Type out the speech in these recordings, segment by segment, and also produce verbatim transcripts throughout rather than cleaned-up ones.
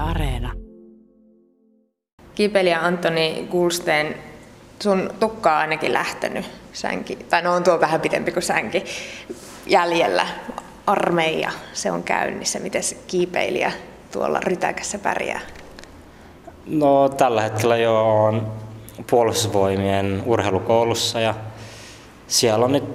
Areena. Kiipeilijä Antoni Gulsten, sun tukka on ainakin lähtenyt sänki, tai no on tuo vähän pitempi kuin sänki, jäljellä. Armeija, se on käynnissä. Miten kiipeilijä tuolla rytäkässä pärjää? No tällä hetkellä jo on puolustusvoimien urheilukoulussa ja siellä on nyt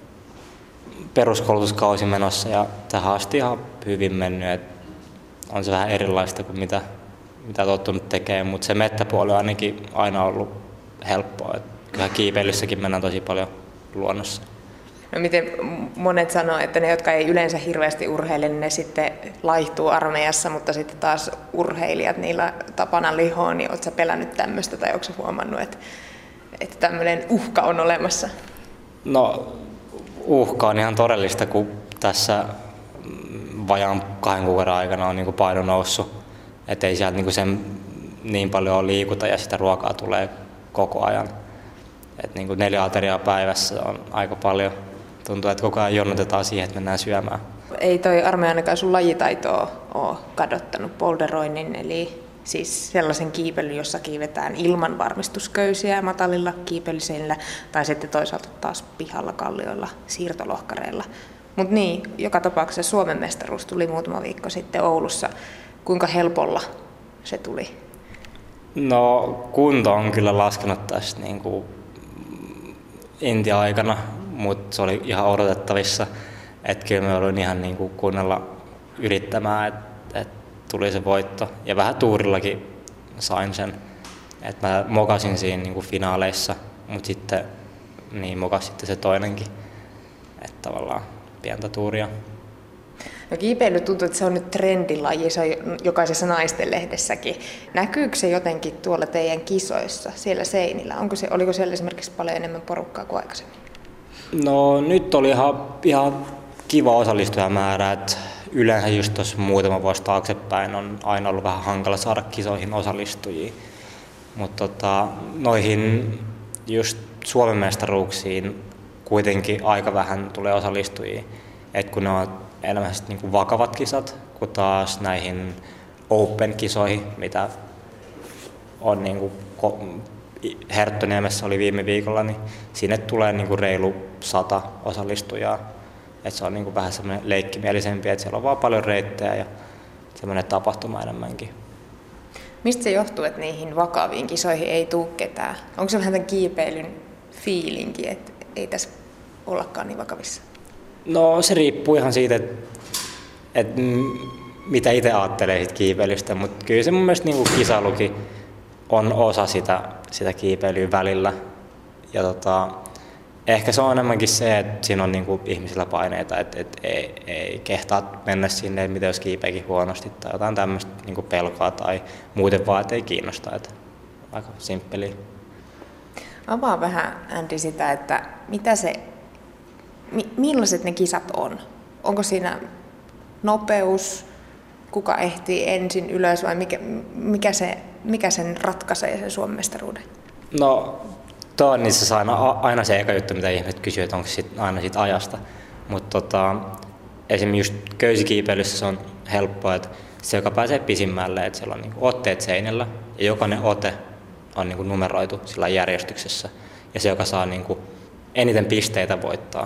peruskoulutuskausi menossa ja tähän asti ihan hyvin mennyt. Et on se vähän erilaista kuin mitä, mitä tottunut tekemään, mutta se mettäpuoli on ainakin aina ollut helppoa. Et kyllä kiipeilyssäkin mennään tosi paljon luonnossa. No miten monet sanoo, että ne, jotka ei yleensä hirveästi urheile, ne sitten laihtuu armeijassa, mutta sitten taas urheilijat, niillä tapana lihoon, niin ootko sä pelännyt tämmöistä tai onko sä huomannut, että, että tämmöinen uhka on olemassa? No uhka on ihan todellista, kun tässä vajaan kahden kuukauden aikana on niin kuin paino noussut, että ei sieltä niin kuin sen niin paljon ole liikuta ja sitä ruokaa tulee koko ajan. Et niin kuin neljä ateriaa päivässä on aika paljon. Tuntuu, että koko ajan jonotetaan siihen, että mennään syömään. Ei toi armeija ainakaan sun lajitaitoa ole kadottanut, polderoinnin, eli siis sellaisen kiipeilyn, jossa kiivetään ilman varmistusköysiä matalilla kiipeilyseillä tai sitten toisaalta taas pihalla kallioilla siirtolohkareilla. Mutta niin, joka tapauksessa Suomen mestaruus tuli muutama viikko sitten Oulussa. Kuinka helpolla se tuli? No kunto on kyllä laskenut tästä niin kuin Intia-aikana, mutta se oli ihan odotettavissa. Että kyllä me olin ihan niin kuin kunnolla yrittämään, että et tuli se voitto. Ja vähän tuurillakin sain sen. Että mä mokasin siinä niin kuin finaaleissa, mutta sitten niin mokas sitten se toinenkin. Että tavallaan pientä tuuria. No kiipeily tuntuu, että se on nyt trendilaji, se on jokaisessa naisten lehdessäkin. Näkyykö se jotenkin tuolla teidän kisoissa, siellä seinillä? Onko se, oliko siellä esimerkiksi paljon enemmän porukkaa kuin aikaisemmin? No nyt oli ihan, ihan kiva osallistujamäärä, että yleensä just tuossa muutama vuosi taaksepäin on aina ollut vähän hankala saada kisoihin osallistujia. Mutta tota, noihin just Suomen mestaruuksiin kuitenkin aika vähän tulee osallistujia, et kun ne on enemmän niin vakavat kisat, kuin taas näihin Open-kisoihin, mitä on niin kuin Herttoniemessä oli viime viikolla, niin sinne tulee niin kuin reilu sata osallistujaa. Et se on niin kuin vähän semmoinen leikkimielisempi, että siellä on vaan paljon reittejä ja semmoinen tapahtuma enemmänkin. Mistä se johtuu, että niihin vakaviin kisoihin ei tule ketään? Onko se vähän tämän kiipeilyn fiilinki, että ei tässä ollakaan niin vakavissa? No se riippuu ihan siitä, että, että mitä itse ajattelee siitä kiipeilystä, mutta kyllä se mun mielestä niin kuin kisailukin on osa sitä, sitä kiipeilyä välillä. Ja tota, ehkä se on enemmänkin se, että siinä on niin kuin ihmisillä paineita, että, että ei, ei kehtaa mennä sinne, mitä jos kiipeekin huonosti tai jotain tämmöistä niin kuin pelkoa tai muuten vaan, että ei kiinnosta. Että aika simppeliä. Avaa vähän, Andy, sitä, että mitä se millaiset ne kisat on? Onko siinä nopeus, kuka ehtii ensin ylös vai mikä, mikä, se, mikä sen ratkaisee sen Suomen mestaruuden? No tuo on niissä aina, aina se eka juttu, mitä ihmiset kysyy, että onko sit aina siitä ajasta. Mutta tota, esimerkiksi just köysikiipeilyssä se on helppoa, että se joka pääsee pisimmälle, että siellä on niinku otteet seinällä ja jokainen ote on niinku numeroitu sillä järjestyksessä ja se joka saa niinku eniten pisteitä voittaa.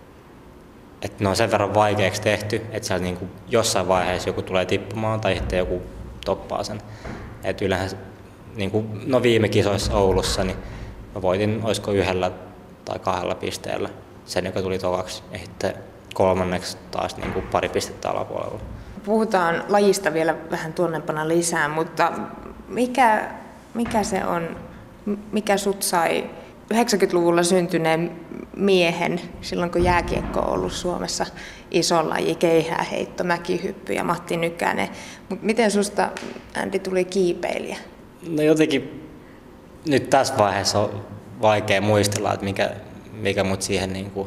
Että ne on sen verran vaikeaksi tehty, että siellä niinku jossain vaiheessa joku tulee tippumaan tai sitten joku toppaa sen. Et yleensä niinku, no viime kisoissa Oulussa niin mä voitin, olisiko yhdellä tai kahdella pisteellä sen, joka tuli tokaksi. Ja sitten kolmanneksi taas niinku pari pistettä alapuolella. Puhutaan lajista vielä vähän tuonnempana lisää, mutta mikä, mikä se on, mikä sut sai yhdeksänkymmentäluvulla syntyneen miehen, silloin kun jääkiekko on ollut Suomessa iso laji, keihääheitto, mäkihyppy ja Matti Nykänen. Mut miten susta, Andy, tuli kiipeilijä? No jotenkin nyt tässä vaiheessa on vaikea muistella, että mikä, mikä mut siihen niinku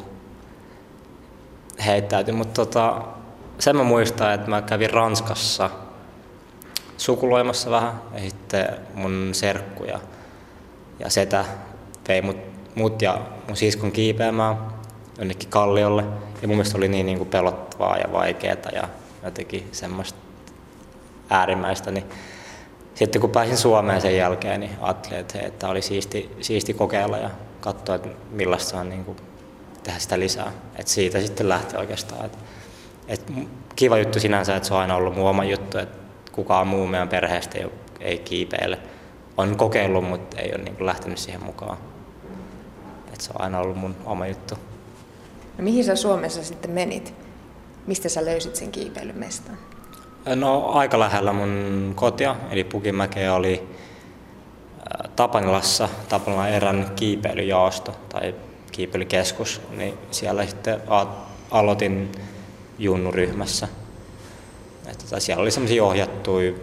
heittäytyi, mutta tota, sen mä muistan, että mä kävin Ranskassa sukuloimassa vähän ja sitten mun serkku ja, ja setä vei mut, mut ja mun siskon kiipeämään jonnekin kalliolle. Ja mun mielestä oli niin, niin kuin pelottavaa ja vaikeaa ja jotenkin semmoista äärimmäistä. Niin sitten kun pääsin Suomeen sen jälkeen, niin ajattelin, että, hei, että oli siisti, siisti kokeilla ja katsoa, että millaista on niin kuin tehdä sitä lisää. Et siitä sitten lähti oikeastaan. Et, et kiva juttu sinänsä, että se on aina ollut mun oma juttu, että kukaan muu meidän perheestä ei, ei kiipeile. On kokeillut, mutta ei ole niin kuin lähtenyt siihen mukaan. Et se on aina ollut mun oma juttu. No mihin sä Suomessa sitten menit? Mistä sä löysit sen kiipeilymestan? No aika lähellä mun kotia, eli Pukinmäkeä oli Tapanilassa, Tapanilan erän kiipeilyjaosto tai kiipeilykeskus, niin siellä sitten aloitin junnuryhmässä. Että siellä oli semmoisia ohjattuja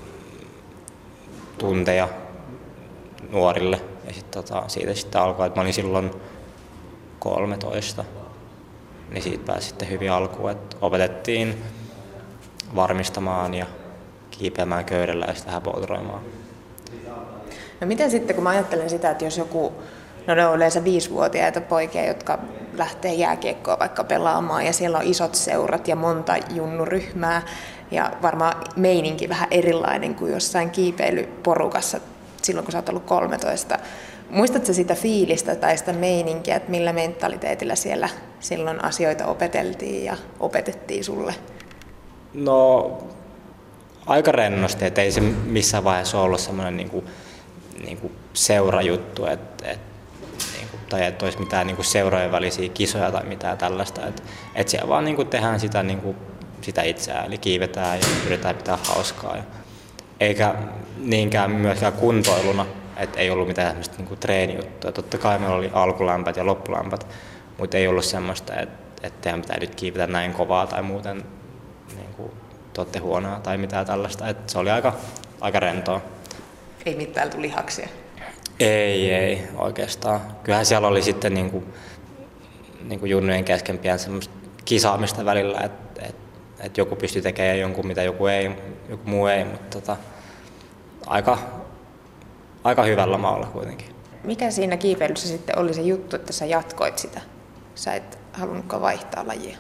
tunteja nuorille ja sitten tota, siitä sitten alkoi, että mä olin silloin kolmetoista, niin siitä pääsi sitten hyvin alkuun, että opetettiin varmistamaan ja kiipeämään köydellä ja sitten häpouturoimaan. No miten sitten, kun mä ajattelen sitä, että jos joku, no ne on yleensä viisivuotiaita poikia, jotka lähtee jääkiekkoa vaikka pelaamaan ja siellä on isot seurat ja monta junnuryhmää ja varmaan meininki vähän erilainen kuin jossain kiipeilyporukassa silloin, kun sä oot ollut kolmetoista. Muistatko sitä fiilistä tai sitä meininkiä, että millä mentaliteetillä siellä silloin asioita opeteltiin ja opetettiin sulle? No aika rennosti, että ei se missään vaiheessa ollut semmoinen niinku, niinku seurajuttu, että et, niinku, tai että olisi mitään niinku seurojen välisiä kisoja tai mitään tällaista. Että et siellä vaan niinku tehdään sitä, niinku, sitä itseään, eli kiivetään ja yritetään pitää hauskaa. Ja, eikä niinkään myöskään kuntoiluna, että ei ollut mitään semmoista niinku treenijuttua. Totta kai meillä oli alkulämpät ja loppulämpät, mutta ei ollut semmoista, että et teidän pitää nyt kiivetä näin kovaa tai muuten niinku, te olette huonoa tai mitään tällaista. Et se oli aika, aika rentoa. Ei mittailtu lihaksia? Ei, ei oikeastaan. Kyllähän siellä oli sitten niinku, niinku junnujen kesken pian semmoista kisaamista välillä, että et, et joku pystyi tekemään jonkun, mitä joku, ei, joku muu ei, mutta tota, aika, aika hyvällä maalla kuitenkin. Mikä siinä kiipeilyssä sitten oli se juttu, että sä jatkoit sitä? Sä et halunnutkaan vaihtaa lajia?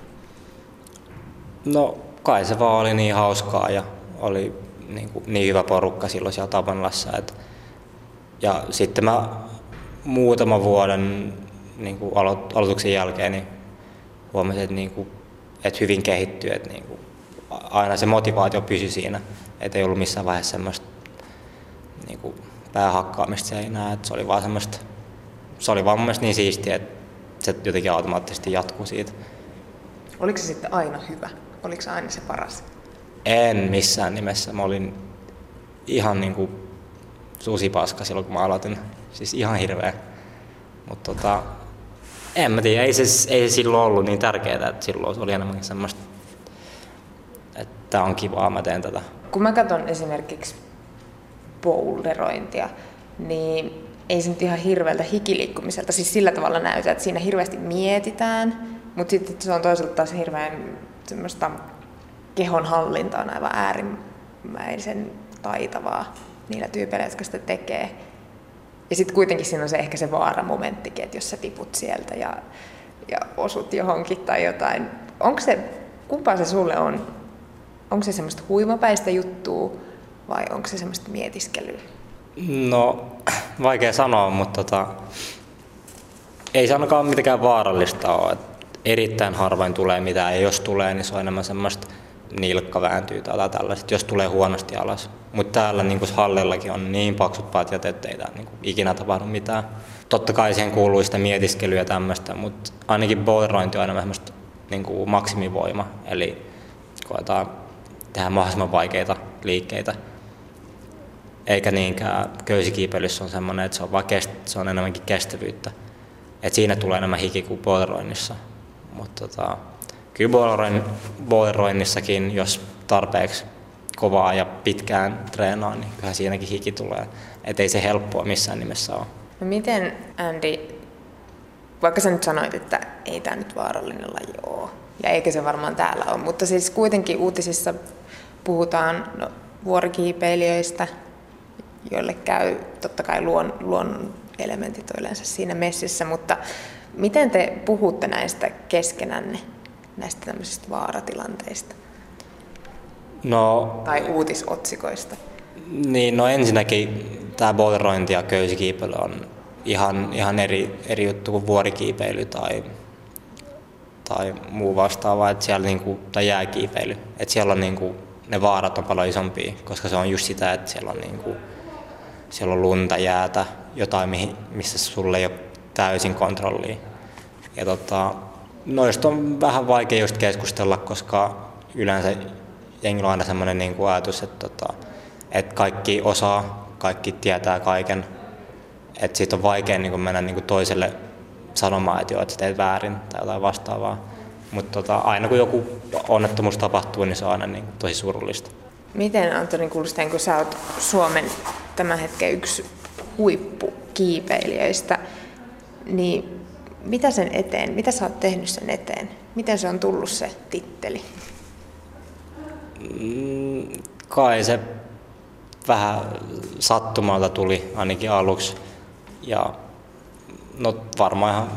No kai se vaan oli niin hauskaa ja oli niin, kuin, niin hyvä porukka silloin siellä Tapanilassa. Et, ja sitten mä muutaman vuoden niin kuin alo- aloituksen jälkeen niin huomasin, että, niin kuin, että hyvin kehittyi. Että, niin kuin, aina se motivaatio pysyi siinä, että ei ollut missään vaiheessa semmoista niin kuin, päähakkaamista seinään. Että se oli vaan semmoista, se oli vaan mun mielestä niin siistiä, että se jotenkin automaattisesti jatkuu siitä. Oliko se sitten aina hyvä? Oliko se aina se paras? En missään nimessä. Mä olin ihan niinku susipaska silloin, kun mä aloitin. Siis ihan hirveä. Mutta tota, en mä tiedä, ei se, ei se silloin ollut niin tärkeää, että silloin se oli enemmänkin semmoista, että tää on kivaa, mä teen tätä. Kun mä katson esimerkiksi boulderointia, niin ei se nyt ihan hirveältä hikiliikkumiselta siis sillä tavalla näytä, että siinä hirveästi mietitään, mutta sitten se on toisaalta taas hirveän semmoista kehonhallinta on aivan äärimmäisen taitavaa niillä tyypeillä, jotka sitä tekee. Ja sitten kuitenkin siinä on se ehkä se vaaramomenttikin, että jos sä tiput sieltä ja, ja osut johonkin tai jotain. Onko se, kumpaa se sulle on? Onko se semmoista huimapäistä juttua vai onko se semmoista mietiskelyä? No, vaikea sanoa, mutta tota, ei se ainakaan mitenkään vaarallista ole. Et erittäin harvoin tulee mitään, ja jos tulee, niin se on enemmän semmoista nilkka vääntyy tai tällaiset, jos tulee huonosti alas. Mutta täällä niin kuin hallillakin on niin paksut patjat, ettei täällä niin kuin ikinä tapahdu mitään. Totta kai siihen kuuluu sitä mietiskelyä ja tämmöistä, mutta ainakin boulderointi on aina semmoista niin kuin maksimivoima, eli koetaan tehdä mahdollisimman vaikeita liikkeitä. Eikä niinkään köysikiipeilyssä on semmoinen, että se on, vaan kest- se on enemmänkin kestävyyttä. Et siinä tulee enemmän hiki kuin boulderoinnissa. Mutta tota, kyllä boulderoinnissakin, jos tarpeeksi kovaa ja pitkään treenaa, niin kyllähän siinäkin hiki tulee. Et ei se helppoa missään nimessä ole. No miten, Andy, vaikka sä nyt sanoit, että ei tämä nyt vaarallinen laji ole, ja eikä se varmaan täällä ole, mutta siis kuitenkin uutisissa puhutaan no, vuorikiipeilijöistä, joille käy totta kai luon, luonnon elementit on yleensä siinä messissä, mutta miten te puhutte näistä keskenänne, näistä tämmöisistä vaaratilanteista? No, tai uutisotsikoista? Niin, no ensinnäkin tämä boulderointi ja köysikiipeily on ihan, ihan eri, eri juttu kuin vuorikiipeily tai, tai muu vastaava, että siellä niinku, tai jääkiipeily. Että siellä on niinku, ne vaarat on paljon isompia, koska se on just sitä, että siellä on, niinku, siellä on lunta, jäätä, jotain, missä sulle ei ole täysin kontrollia. Ja tota, noista on vähän vaikea just keskustella, koska yleensä jengillä on aina sellainen niinku ajatus, että tota, että kaikki osaa, kaikki tietää kaiken. Että siitä on vaikea niin mennä niin toiselle sanomaan, että joo, että sä teet väärin tai jotain vastaavaa. Mutta tota, aina kun joku onnettomuus tapahtuu, niin se on aina niin tosi surullista. Miten, Antoni Kulsten, kun sä oot Suomen tämän hetken yksi huippukiipeilijöistä, niin mitä sen eteen, mitä sä oot tehnyt sen eteen? Miten se on tullut se titteli? Mm, kai se vähän sattumalta tuli ainakin aluksi. Ja no varmaan ihan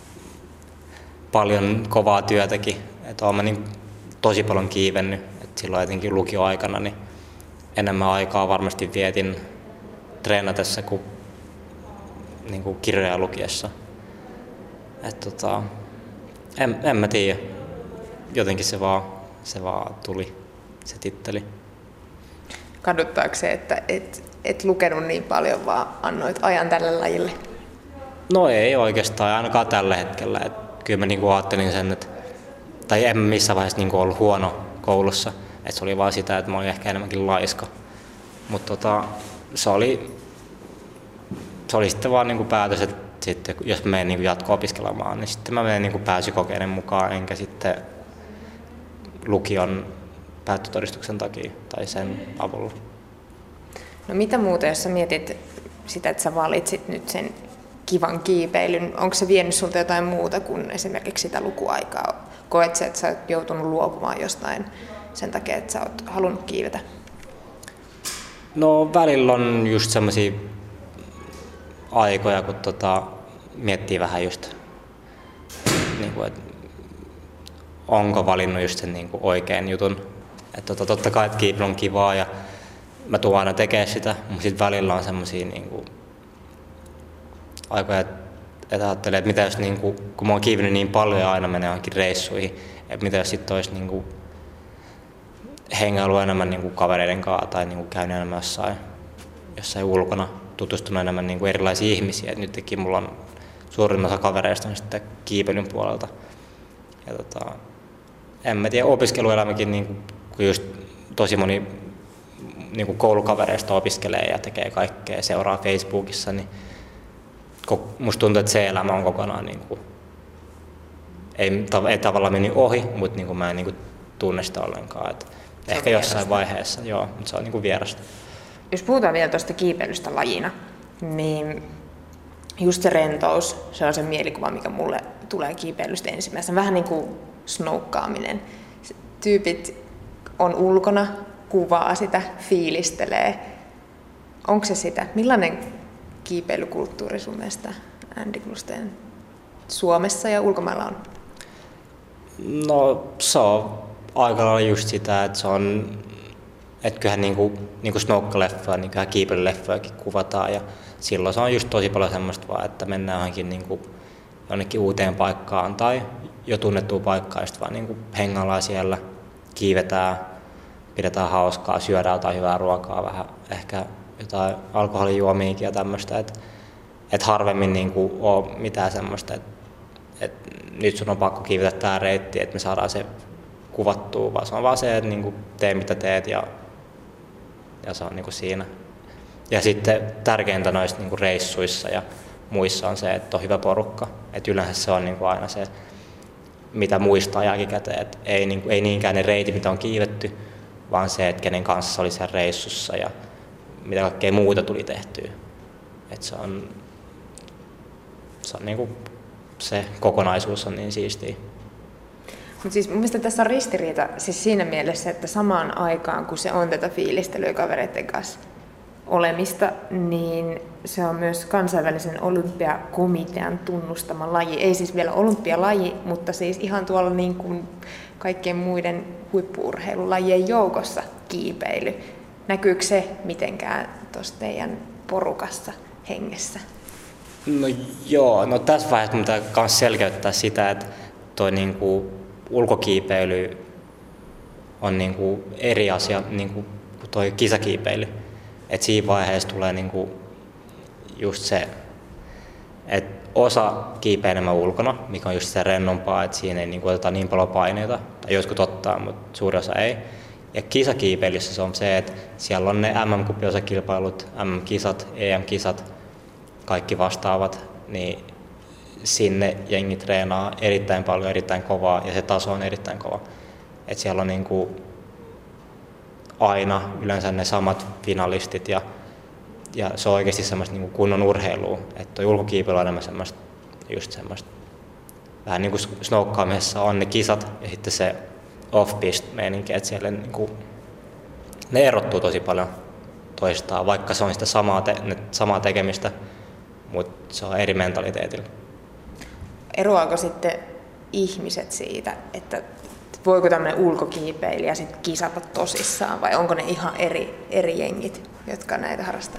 paljon kovaa työtäkin. Että olen niin tosi paljon kiivennyt. Et silloin etenkin lukioaikana niin enemmän aikaa varmasti vietin treenatessa kuin, niin kuin kirjoja lukiessa. Et tota, en, en mä tiedä. Jotenkin se vaan, se vaan tuli, se titteli. Kaduttaako se, että et, et lukenut niin paljon, vaan annoit ajan tälle lajille? No ei oikeastaan, ainakaan tällä hetkellä. Et kyllä mä niinku ajattelin sen, että, tai en missään vaiheessa niinku ollut huono koulussa. Et se oli vaan sitä, että mä olin ehkä enemmänkin laiska. Mutta tota, se, oli, se oli sitten vaan niinku päätös, että sitten, jos mä menen niinku jatko-opiskelemaan, niin sitten mä menen niinku pääsykokeiden mukaan, enkä sitten lukion päättötodistuksen takia tai sen avulla. No mitä muuta, jos sä mietit sitä, että sä valitsit nyt sen kivan kiipeilyn, onko se vienyt sulta jotain muuta kuin esimerkiksi sitä lukuaikaa? Koet sä, että sä oot joutunut luopumaan jostain sen takia, että sä oot halunnut kiivetä? No välillä on just semmosia aikoja, kun tota, miettii vähän just, niin kuin, että onko valinnut just sen niin kuin oikean jutun. Että tota, totta kai, että kiipeily on kivaa ja mä tuun aina tekemään sitä, mutta sitten välillä on semmosia niin kuin aikoja, että ajattelee, että mitä jos, niin kuin, kun mä oon kiivennyt niin paljon ja aina menee johonkin reissuihin, että mitä jos sitten olisi niin kuin hengailu enemmän niin kuin kavereiden kanssa tai niin kuin käynyt enemmän jossain, jossain ulkona, tutustunut enemmän niin kuin erilaisiin ihmisiin. Et nytkin mulla on suurin osa kavereista on sitten kiipeilyn puolelta. Ja tota, en mä tiedä, opiskeluelämäkin, niin kuin, kun just tosi moni niin kuin koulukavereista opiskelee ja tekee kaikkea, seuraa Facebookissa, niin musta tuntuu, että se elämä on kokonaan, niin kuin, ei, ei tavallaan mennyt ohi, mutta niin kuin mä en niin kuin tunne sitä ollenkaan. Et ehkä jossain vaiheessa, joo, mutta se on niin kuin vierasta. Jos puhutaan vielä tuosta kiipeilystä lajina, niin just se rentous, se on se mielikuva, mikä mulle tulee kiipeilystä ensimmäisenä. Vähän niin kuin snoukkaaminen. Tyypit on ulkona, kuvaa sitä, fiilistelee. Onko se sitä? Millainen kiipeilykulttuuri sun mielestä Andy Kulsten Suomessa ja ulkomailla on? No se on aika lailla just sitä, että se on, että kyllähän niinku, niinku snoukkaleffoja, niin kyllähän kiipeilyleffojakin kuvataan ja silloin se on just tosi paljon semmoista vaan, että mennään johonkin niinku jonnekin uuteen paikkaan tai jo tunnettuun paikkaan ja sitten vaan niinku hengaillaan siellä, kiivetään, pidetään hauskaa, syödään jotain hyvää ruokaa, vähän ehkä jotain alkoholijuomiakin ja tämmöistä, että et harvemmin niinku ole mitään semmoista, että et nyt sun on pakko kiivetä tää reitti, että me saadaan se kuvattua, vaan se on vaan se, että niinku tee mitä teet ja, ja se on niinku siinä. Ja sitten tärkeintä noissa niinku reissuissa ja muissa on se, että on hyvä porukka. Et yleensä se on niinku aina se, mitä muistaa jälkikäteen. Et ei, niinku, ei niinkään ne reitit, mitä on kiivetty, vaan se, että kenen kanssa oli siellä reissussa ja mitä kaikkea muuta tuli tehtyä. Et se on, se, on niinku, se kokonaisuus on niin siistiä. Mutta siis mun mielestä tässä on ristiriita siis siinä mielessä, että samaan aikaan kun se on tätä fiilistelyä kavereiden kanssa olemista, niin se on myös kansainvälisen olympiakomitean tunnustama laji. Ei siis vielä olympialaji, mutta siis ihan tuolla niin kuin kaikkien muiden huippu-urheilulajien joukossa. kiipeily. Näkyykö se mitenkään tuossa teidän porukassa hengessä? No joo, no tässä vaiheessa pitää myös selkeyttää sitä, että toi niinku ulkokiipeily on niinku eri asia niinku kuin toi kisakiipeily. Et siinä vaiheessa tulee niinku just se, että osa kiipeää enemmän ulkona, mikä on just se rennompaa, että siinä ei niinku oteta niin paljon paineita, tai jotkut ottaa, mutta suuri osa ei. Ja kisakiipeilyssä se on se, että siellä on ne M M-kupiosakilpailut, M M-kisat, E M-kisat, kaikki vastaavat, niin sinne jengi treenaa erittäin paljon, erittäin kovaa ja se taso on erittäin kova. Et siellä on niinku aina yleensä ne samat finalistit ja, ja se on oikeasti semmoista niinku kunnon urheilua. Että tuo ulkokiipeily on enemmän semmoista, just semmoista vähän niin kuin snoukkaamisessa on ne kisat ja sitten se off-pist-meininki, että siellä niinku, ne erottuu tosi paljon toistaan, vaikka se on sitä samaa, te, samaa tekemistä, mutta se on eri mentaliteetillä. Eroaako sitten ihmiset siitä, että voiko tämmöinen ulkokiipeilijä sitten kisata tosissaan vai onko ne ihan eri, eri jengit, jotka näitä harrastaa?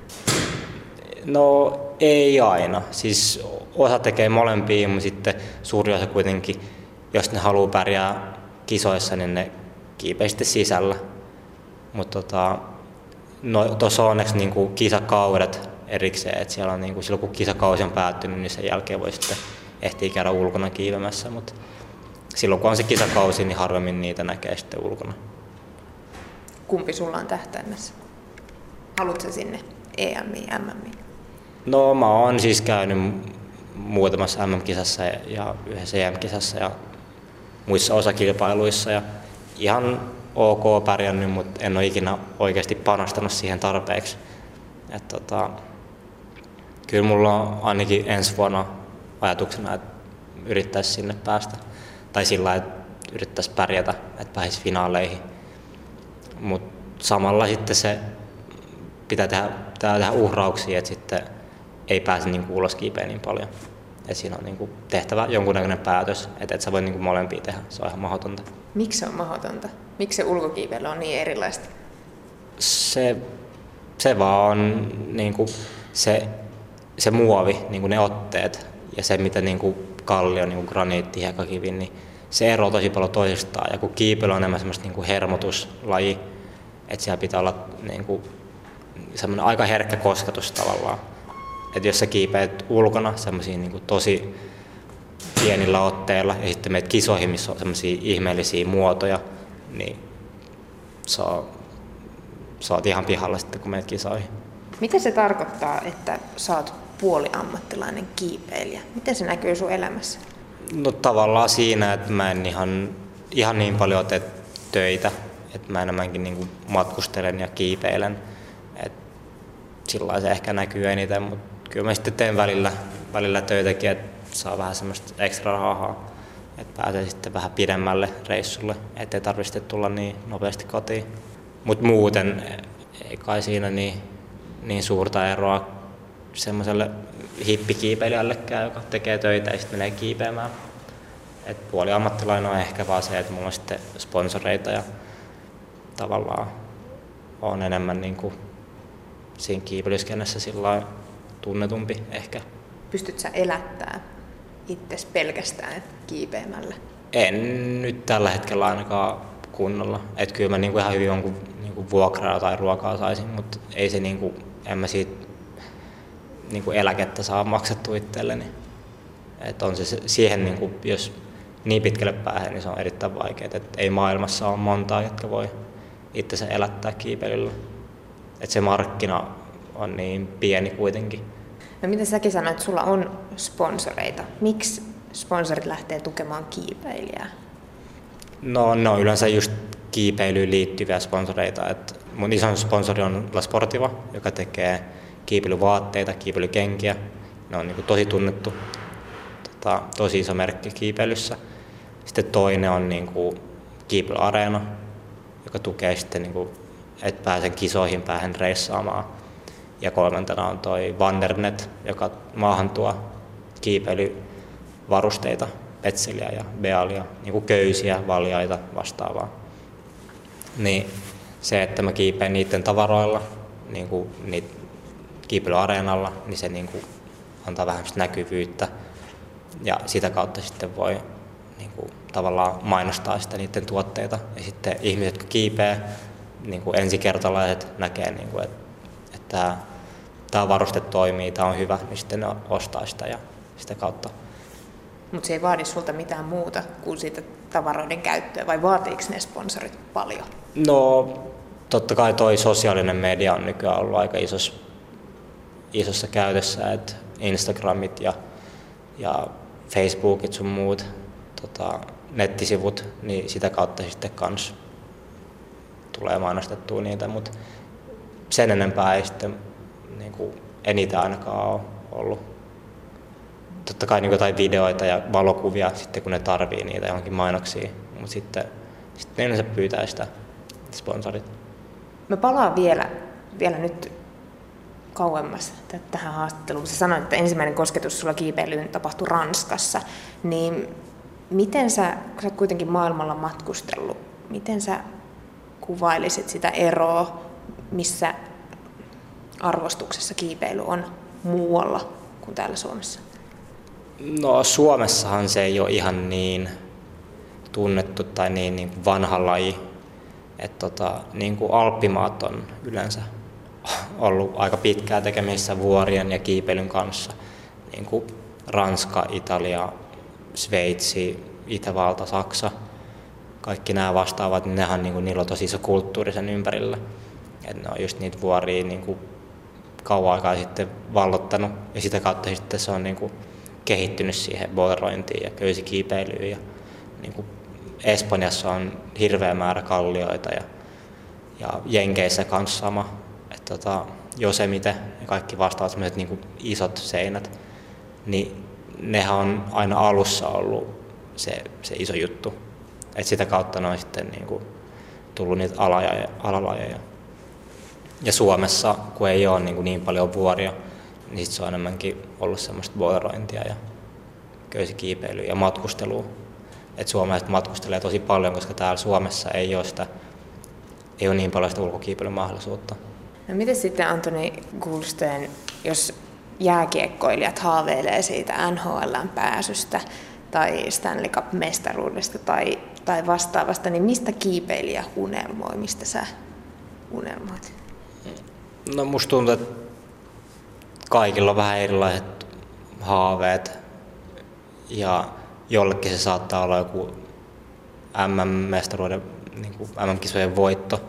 No ei aina. Siis osa tekee molempia, mutta sitten suuri osa kuitenkin, jos ne haluaa pärjää kisoissa, niin ne kiipee sitten sisällä. Mutta tota, no, tuossa on onneksi niinku kisakaudet erikseen, että siellä on niinku, silloin kun kisakausi on päättynyt, niin sen jälkeen voi sitten ehtiä käydä ulkona kiivemässä, mutta silloin kun on se kisakausi, niin harvemmin niitä näkee sitten ulkona. Kumpi sulla on tähtäimessä? Haluatko sinne E M-iin, M M-iin? No mä oon siis käynyt muutamassa M M-kisassa ja yhdessä E M-kisassa ja muissa osakilpailuissa ja ihan ok pärjännyt, mutta en ole ikinä oikeasti panostanut siihen tarpeeksi. Et tota, kyllä mulla on ainakin ensi vuonna ajatuksena, että yrittäisi sinne päästä. Tai sillä lailla, että yrittäisi pärjätä, että pääsisi finaaleihin. Mutta samalla sitten se pitää tehdä, pitää tehdä uhrauksia, että sitten ei pääse niinku ulos kiipeen niin paljon. Et siinä on niinku tehtävä jonkunnäköinen päätös, että et sä voi niinku molempia tehdä. Se on ihan mahdotonta. Miksi se on mahdotonta? Miksi se ulkokiipeily on niin erilaista? Se, se vaan on niinku se, se muovi, niinku ne otteet ja se mitä niinku kallio, niinku graniitti, hiekkakivi, niin se eroaa tosi paljon toisistaan. Ja kun kiipeily on enemmän semmoista niinku hermotuslaji, että siellä pitää olla niinku semmoinen aika herkkä kosketus tavallaan. Että jos sä kiipeät ulkona semmoisia niinku tosi pienillä otteilla ja sitten meet kisoihin, missä on semmoisia ihmeellisiä muotoja, niin sä, sä oot ihan pihalla sitten, kun menet kisoihin. Mitä se tarkoittaa, että sä oot puoliammattilainen kiipeilijä? Miten se näkyy sun elämässä? No tavallaan siinä, että mä en ihan, ihan niin paljon tee töitä, että mä enemmänkin niinku matkustelen ja kiipeilen. Et sillä se ehkä näkyy eniten, mutta kyllä mä sitten teen välillä, välillä töitäkin, että saa vähän semmoista ekstra rahaa, että pääsee sitten vähän pidemmälle reissulle, ettei tarvitse tulla niin nopeasti kotiin. Mutta muuten ei kai siinä niin, niin suurta eroa semmoiselle hippikiipeilijällekään, joka tekee töitä ja sitten menee kiipeämään. Et puoli ammattilainen on ehkä vaan se, että mulla on sitten sponsoreita ja tavallaan on enemmän niin kuin siinä kiipeilyskennessä sillä tunnetumpi ehkä. Pystytkö sä elättämään itsesi pelkästään kiipeämällä? En nyt tällä hetkellä ainakaan kunnolla. Et kyllä mä niinku ihan hyvin jonkun niinku vuokraa tai ruokaa saisin, mutta ei se niinku, en mä siitä niinku eläkettä saa maksettua itselleni. Et on se siihen, niinku, jos niin pitkälle pääsee, niin se on erittäin vaikeaa. Et ei maailmassa ole montaa, jotka voi itsensä elättää kiipeilyllä. Et se markkina on niin pieni kuitenkin. No miten säkin sanoit, että sulla on sponsoreita? Miksi sponsorit lähtee tukemaan kiipeilijää? No ne on yleensä just kiipeilyyn liittyviä sponsoreita. Et mun iso sponsori on La Sportiva, joka tekee kiipeilyvaatteita, kiipeilykenkiä. Ne on niinku tosi tunnettu, tota, tosi iso merkki kiipeilyssä. Sitten toinen on niinku Kiipeilyareena, joka tukee sitten, niinku, että pääsen kisoihin, pääsen reissaamaan. Ja kolmantena on toi Wandernet, joka maahan tuo kiipeilyvarusteita, petseliä ja bealia, niinku köysiä, valjaita, vastaavaa. Niin se, että mä kiipeen niiden tavaroilla, niin kuin niitä kiipeilyareenalla, niin se niin kuin antaa vähän näkyvyyttä ja sitä kautta sitten voi niin kuin tavallaan mainostaa sitä niiden tuotteita. Ja sitten ihmiset, jotka kiipee, niin kuin ensikertalaiset näkee, niin kuin, että, että tämä varuste toimii, tämä on hyvä, niin sitten ne ostaa sitä ja sitä kautta. Mutta se ei vaadi sulta mitään muuta kuin siitä tavaroiden käyttöä, vai vaatiiko ne sponsorit paljon? No totta kai toi sosiaalinen media on nykyään ollut aika isossa, isossa käytössä, että Instagramit ja, ja Facebookit sun muut tota, nettisivut, niin sitä kautta sitten kans tulee mainostettua niitä, mutta sen enempää ei sitten niin kuin eniten ainakaan ole ollut. Totta kai niin jotain videoita ja valokuvia sitten kun ne tarvii niitä johonkin mainoksiin, mutta sitten, sitten yleensä pyytää sitä sponsorit. Mä palaan vielä, vielä nyt kauemmas tähän haastatteluun. Sä sanoit, että ensimmäinen kosketus sulla kiipeilyyn tapahtui Ranskassa, niin miten sä, kun sä oot kuitenkin maailmalla matkustellut, miten sä kuvailisit sitä eroa, missä arvostuksessa kiipeily on muualla kuin täällä Suomessa? No Suomessahan se ei ole ihan niin tunnettu tai niin, niin vanha laji. Et tota, niin kuin Alppimaat on yleensä ollut aika pitkään tekemisissä vuorien ja kiipeilyn kanssa. Niin kuin Ranska, Italia, Sveitsi, Itävalta, Saksa. Kaikki nämä vastaavat, niin nehän niin kuin, niillä on tosi iso kulttuuri sen ympärillä. Et ne on just niitä vuoria niin kuin kauan aikaa sitten vallottanut ja sitä kautta sitten se on niin kuin kehittynyt siihen boulderointiin ja köysikiipeilyyn. Ja, niin kuin Espanjassa on hirveä määrä kallioita ja, ja Jenkeissä kanssa sama. Et tota, Yosemite ja kaikki vastaavat sellaiset niin kuin isot seinät, niin nehän on aina alussa ollut se, se iso juttu. Et sitä kautta ne on sitten niin kuin tullut niitä alaja, alalajeja. Ja Suomessa, kun ei ole niin, kuin niin paljon vuoria, niin sit se on enemmänkin ollut semmoista boulderointia ja köysikiipeilyä ja matkustelua. Et suomalaiset matkustelee tosi paljon, koska täällä Suomessa ei ole, sitä, ei ole niin paljon sitä ulkokiipeilyn mahdollisuutta. No miten sitten Antoni Gulsten, jos jääkiekkoilijat haaveilee siitä N H L:n pääsystä tai Stanley Cup-mestaruudesta tai, tai vastaavasta, niin mistä kiipeilijä unelmoi, mistä sä unelmoit? No musta tuntuu, että kaikilla on vähän erilaiset haaveet ja jollekin se saattaa olla joku M M-mestaruuden, niin kuin M M-kisojen voitto,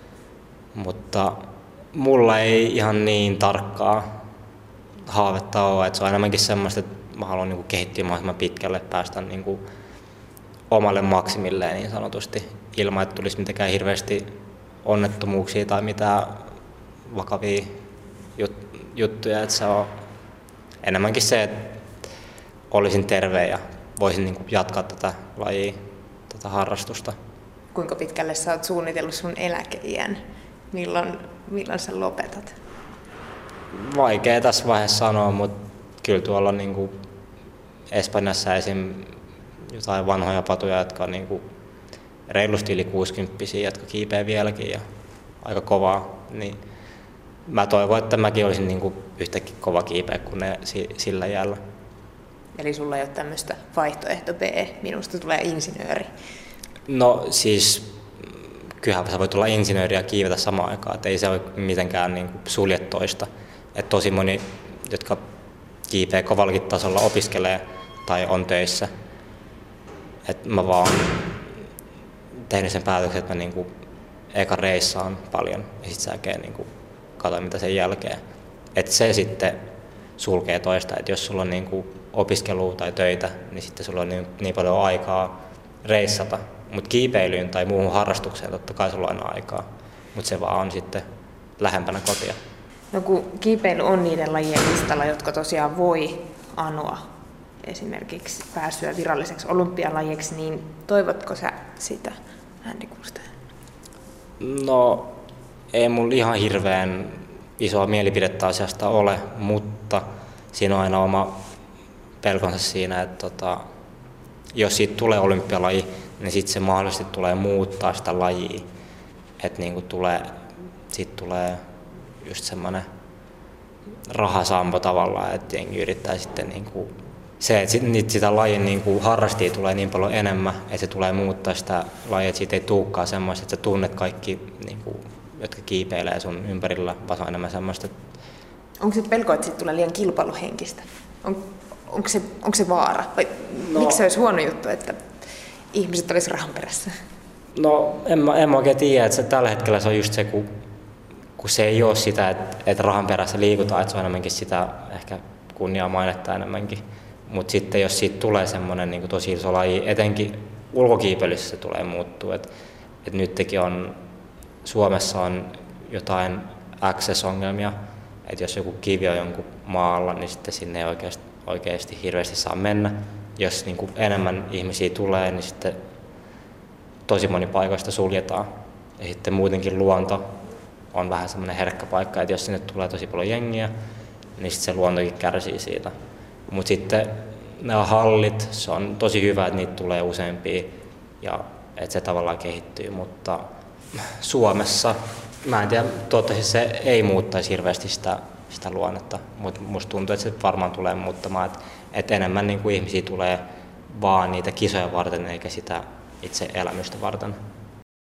mutta mulla ei ihan niin tarkkaa haavetta ole, että se on enemmänkin semmoista, että mä haluan niin kuin kehittyä mahdollisimman pitkälle, päästä niin kuin omalle maksimilleen niin sanotusti, ilman että tulisi mitenkään hirveästi onnettomuuksia tai mitään vakavia jut- juttuja, että se on enemmänkin se, että olisin terve ja voisin niin kuin jatkaa tätä lajia, tätä harrastusta. Kuinka pitkälle sä oot suunnitellut sun eläkeiän? Milloin, milloin sä lopetat? Vaikea tässä vaiheessa sanoa, mutta kyllä tuolla on niin kuin Espanjassa esim. Jotain vanhoja patuja, jotka on niin kuin reilusti yli kuusikymppisiä, jotka kiipee vieläkin ja aika kovaa. Niin mä toivon, että mäkin olisin niin kuin yhtäkkiä kova kiipeä kuin ne sillä jäällä. Eli sulla ei ole tämmöistä vaihtoehto B, minusta tulee insinööri. No siis kyllähän sä voi tulla insinööri ja kiivetä samaan aikaan, että ei se ole mitenkään niin kuin sulje toista. Et tosi moni, jotka kiipee kovallakin tasolla, opiskelee tai on töissä. Et mä vaan tehnyt sen päätöksen, että mä niin kuin eka reissaan paljon ja sit sen niin kuin katsoin mitä sen jälkeen. Et se sitten sulkee toista, että jos sulla on niin kuin opiskelua tai töitä, niin sitten sulla on niin, niin paljon aikaa reissata. Mutta kiipeilyyn tai muuhun harrastukseen totta kai sulla on aina aikaa, mutta se vaan on sitten lähempänä kotia. No kun kiipeily on niiden lajien listalla, jotka tosiaan voi anoa esimerkiksi pääsyä viralliseksi olympialajiksi, niin toivotko sä sitä, Andy Gulsten? No ei mulla ihan hirveän isoa mielipidettä asiasta ole, mutta siinä on aina oma pelkonsa siinä, että tota, jos siitä tulee olympialaji, niin sitten se mahdollisesti tulee muuttaa sitä lajia. että niinku tulee, siitä tulee just semmoinen rahasampo tavallaan, että jengi yrittää sitten niinku, se, että sit, sitä lajin niinku harrastajia tulee niin paljon enemmän, että se tulee muuttaa sitä lajia, että siitä ei tulekaan semmoista, että sä tunnet kaikki, niinku, jotka kiipeilee sun ympärillä, vaan se on enemmän semmoista. Onko se pelko, että siitä tulee liian kilpailuhenkistä? On, onko, se, onko se vaara? Vai no, miksi se olisi huono juttu, että ihmiset olisi rahan perässä? No en mä, en mä oikein tiedä, että se, tällä hetkellä se on just se, kun, kun se ei ole sitä, että, että rahan perässä liikutaan, että se on enemmänkin sitä ehkä kunniaa mainetta enemmänkin. Mutta sitten jos siitä tulee semmoinen niin tosi iso laji, etenkin ulkokiipeilyssä se tulee muuttua. Että et nytkin on, Suomessa on jotain access-ongelmia, että jos joku kivi on jonkun maalla, niin sitten sinne ei oikeasti, oikeasti hirveästi saa mennä. Jos niin kuin enemmän ihmisiä tulee, niin sitten tosi moni paikoista suljetaan. Ja sitten muutenkin luonto on vähän semmoinen herkkä paikka, että jos sinne tulee tosi paljon jengiä, niin sitten se luontokin kärsii siitä. Mutta sitten nämä hallit, se on tosi hyvä, että niitä tulee useampia ja että se tavallaan kehittyy, mutta Suomessa, mä en tiedä, toivottavasti se ei muuttaisi hirveästi sitä, sitä luonnetta, mutta musta tuntuu, että se varmaan tulee muuttamaan, että, että enemmän niin kuin ihmisiä tulee vaan niitä kisoja varten eikä sitä itse elämystä varten.